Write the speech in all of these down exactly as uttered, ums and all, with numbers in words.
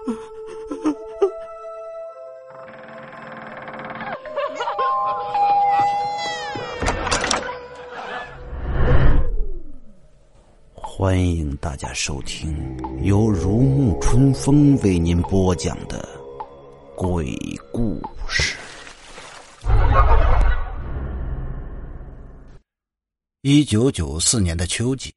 欢迎大家收听由如沐春风为您播讲的鬼故事。一九九四年的秋季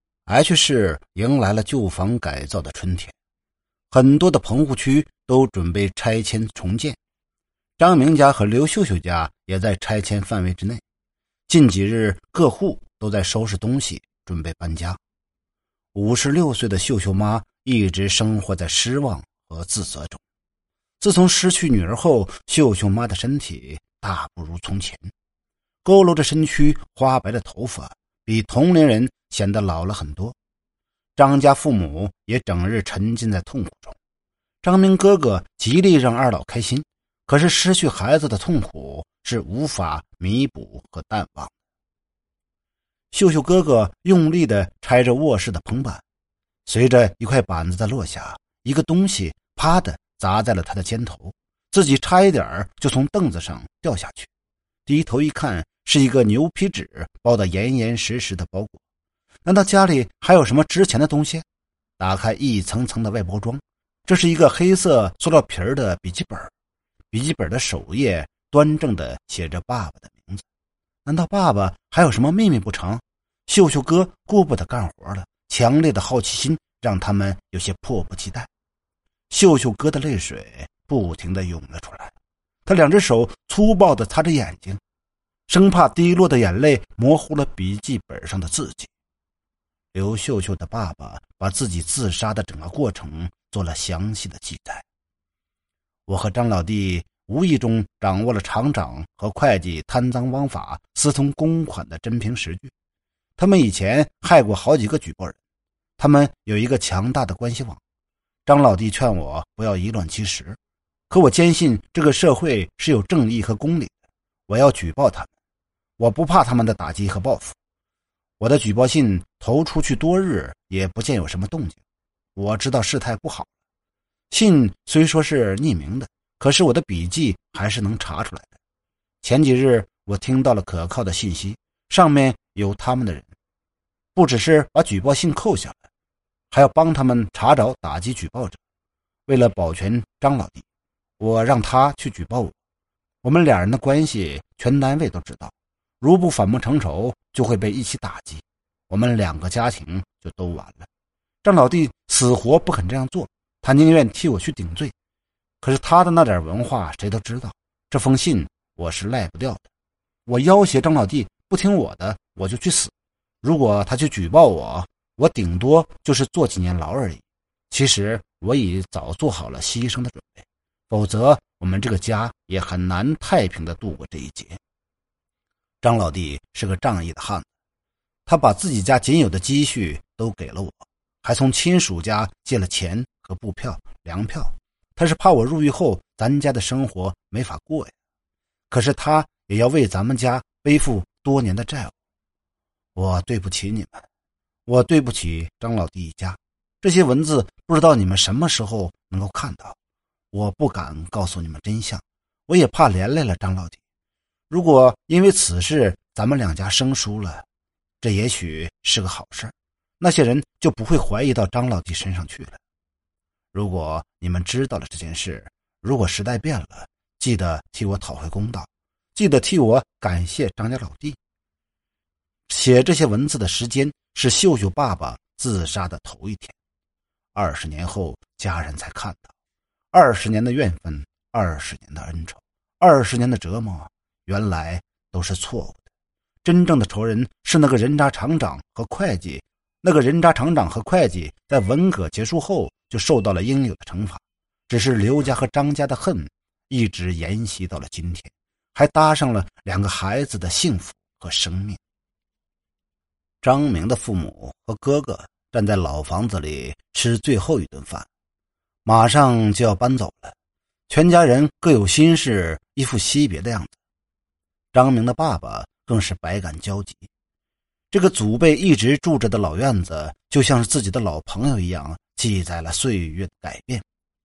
H 市迎来了旧房改造的春天，很多的棚户区都准备拆迁重建，张明家和刘秀秀家也在拆迁范围之内。近几日各户都在收拾东西准备搬家。五十六岁的秀秀妈一直生活在失望和自责中。自从失去女儿后，秀秀妈的身体大不如从前，佝偻着身躯，花白的头发比同龄人显得老了很多。张家父母也整日沉浸在痛苦中。张明哥哥极力让二老开心，可是失去孩子的痛苦是无法弥补和淡忘。秀秀哥哥用力地拆着卧室的棚板，随着一块板子的落下，一个东西啪地砸在了他的肩头，自己差一点就从凳子上掉下去。低头一看，是一个牛皮纸包得严严实实的包裹。难道家里还有什么值钱的东西？打开一层层的外包装，这是一个黑色塑料皮儿的笔记本，笔记本的首页端正地写着爸爸的名字。难道爸爸还有什么秘密不成？秀秀哥顾不得干活了，强烈的好奇心让他们有些迫不及待。秀秀哥的泪水不停地涌了出来，他两只手粗暴地擦着眼睛，生怕滴落的眼泪模糊了笔记本上的字迹。刘秀秀的爸爸把自己自杀的整个过程做了详细的记载。我和张老弟无意中掌握了厂长和会计贪赃枉法、私通公款的真凭实据。他们以前害过好几个举报人，他们有一个强大的关系网。张老弟劝我不要以乱欺实，可我坚信这个社会是有正义和公理的，我要举报他们。我不怕他们的打击和报复。我的举报信投出去多日，也不见有什么动静。我知道事态不好了。信虽说是匿名的，可是我的笔记还是能查出来的。前几日我听到了可靠的信息，上面有他们的人，不只是把举报信扣下来，还要帮他们查找打击举报者。为了保全张老弟，我让他去举报我。我们俩人的关系全单位都知道，如不反目成仇，就会被一起打击，我们两个家庭就都完了。张老弟死活不肯这样做，他宁愿替我去顶罪。可是他的那点文化谁都知道，这封信我是赖不掉的。我要挟张老弟不听我的，我就去死。如果他去举报我，我顶多就是坐几年牢而已。其实我已早做好了牺牲的准备，否则我们这个家也很难太平地度过这一劫。张老弟是个仗义的汉子，他把自己家仅有的积蓄都给了我，还从亲属家借了钱和布票、粮票。他是怕我入狱后咱家的生活没法过呀。可是他也要为咱们家背负多年的债务。我对不起你们，我对不起张老弟一家。这些文字不知道你们什么时候能够看到，我不敢告诉你们真相，我也怕连累了张老弟。如果因为此事咱们两家生疏了，这也许是个好事，那些人就不会怀疑到张老弟身上去了。如果你们知道了这件事，如果时代变了，记得替我讨回公道，记得替我感谢张家老弟。写这些文字的时间是秀秀爸爸自杀的头一天，二十年后家人才看到，二十年的怨愤，二十年的恩仇，二十年的折磨，原来都是错误的。真正的仇人是那个人渣厂长和会计，那个人渣厂长和会计在文革结束后就受到了应有的惩罚，只是刘家和张家的恨一直沿袭到了今天，还搭上了两个孩子的幸福和生命。张明的父母和哥哥站在老房子里吃最后一顿饭，马上就要搬走了，全家人各有心事，一副惜别的样子。张明的爸爸更是百感交集，这个祖辈一直住着的老院子就像是自己的老朋友一样，记载了岁月的改变。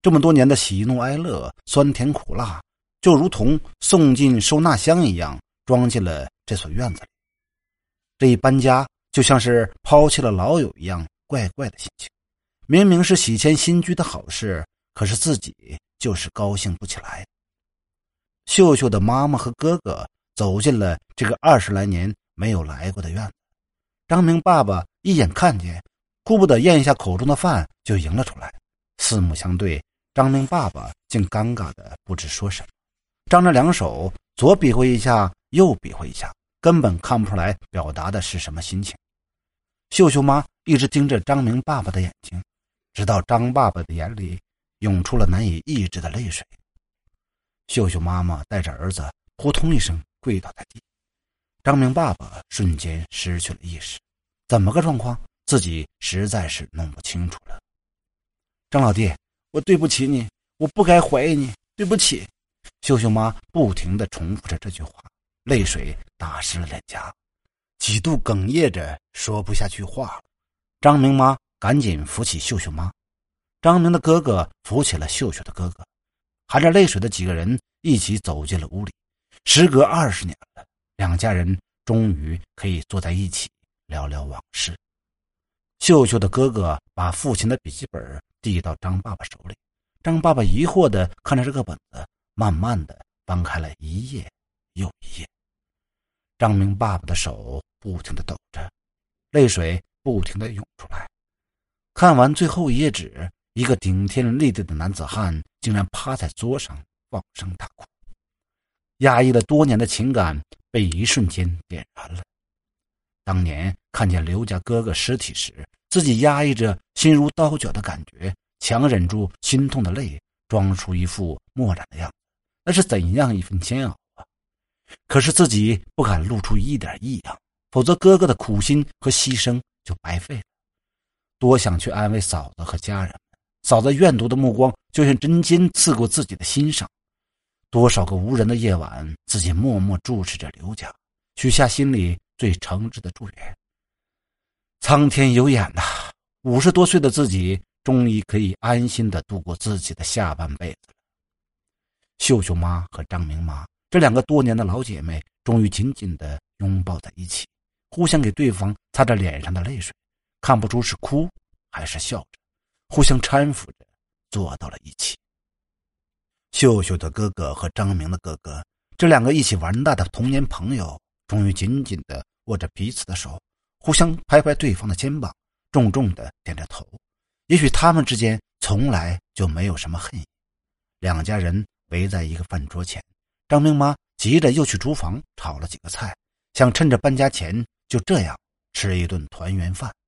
这么多年的喜怒哀乐、酸甜苦辣，就如同送进收纳箱一样，装进了这所院子里。这一搬家就像是抛弃了老友一样，怪怪的心情。明明是喜迁新居的好事，可是自己就是高兴不起来。秀秀的妈妈和哥哥走进了这个二十来年没有来过的院子。张明爸爸一眼看见，顾不得咽下口中的饭，就迎了出来。四目相对，张明爸爸竟尴尬的不知说什么，张着两手，左比划一下，右比划一下，根本看不出来表达的是什么心情。秀秀妈一直盯着张明爸爸的眼睛，直到张爸爸的眼里涌出了难以抑制的泪水。秀秀妈妈带着儿子扑通一声跪倒在地，张明爸爸瞬间失去了意识，怎么个状况，自己实在是弄不清楚了。张老弟，我对不起你，我不该怀疑你，对不起。秀秀妈不停地重复着这句话，泪水打湿了脸颊，几度哽咽着说不下去话了。张明妈赶紧扶起秀秀妈，张明的哥哥扶起了秀秀的哥哥，含着泪水的几个人一起走进了屋里。时隔二十年了，两家人终于可以坐在一起聊聊往事。秀秀的哥哥把父亲的笔记本递到张爸爸手里，张爸爸疑惑地看着这个本子，慢慢地翻开了一页又一页。张明爸爸的手不停地抖着，泪水不停地涌出来。看完最后一页纸，一个顶天立地的男子汉竟然趴在桌上放声大哭，压抑了多年的情感被一瞬间点燃了。当年看见刘家哥哥尸体时，自己压抑着心如刀绞的感觉，强忍住心痛的泪，装出一副漠然的样子，那是怎样一份煎熬啊！可是自己不敢露出一点异样，否则哥哥的苦心和牺牲就白费了。多想去安慰嫂子和家人们，嫂子怨毒的目光就像针尖刺过自己的心上。多少个无人的夜晚，自己默默注视着刘家，许下心里最诚挚的祝愿。苍天有眼呐、啊，五十多岁的自己终于可以安心的度过自己的下半辈子了。秀秀妈和张明妈这两个多年的老姐妹终于紧紧的拥抱在一起，互相给对方擦着脸上的泪水，看不出是哭还是笑着，互相搀扶着坐到了一起。秀秀的哥哥和张明的哥哥，这两个一起玩大的童年朋友，终于紧紧地握着彼此的手，互相拍拍对方的肩膀，重重地点着头。也许他们之间从来就没有什么恨意。两家人围在一个饭桌前，张明妈急着又去厨房炒了几个菜，想趁着搬家前就这样吃一顿团圆饭。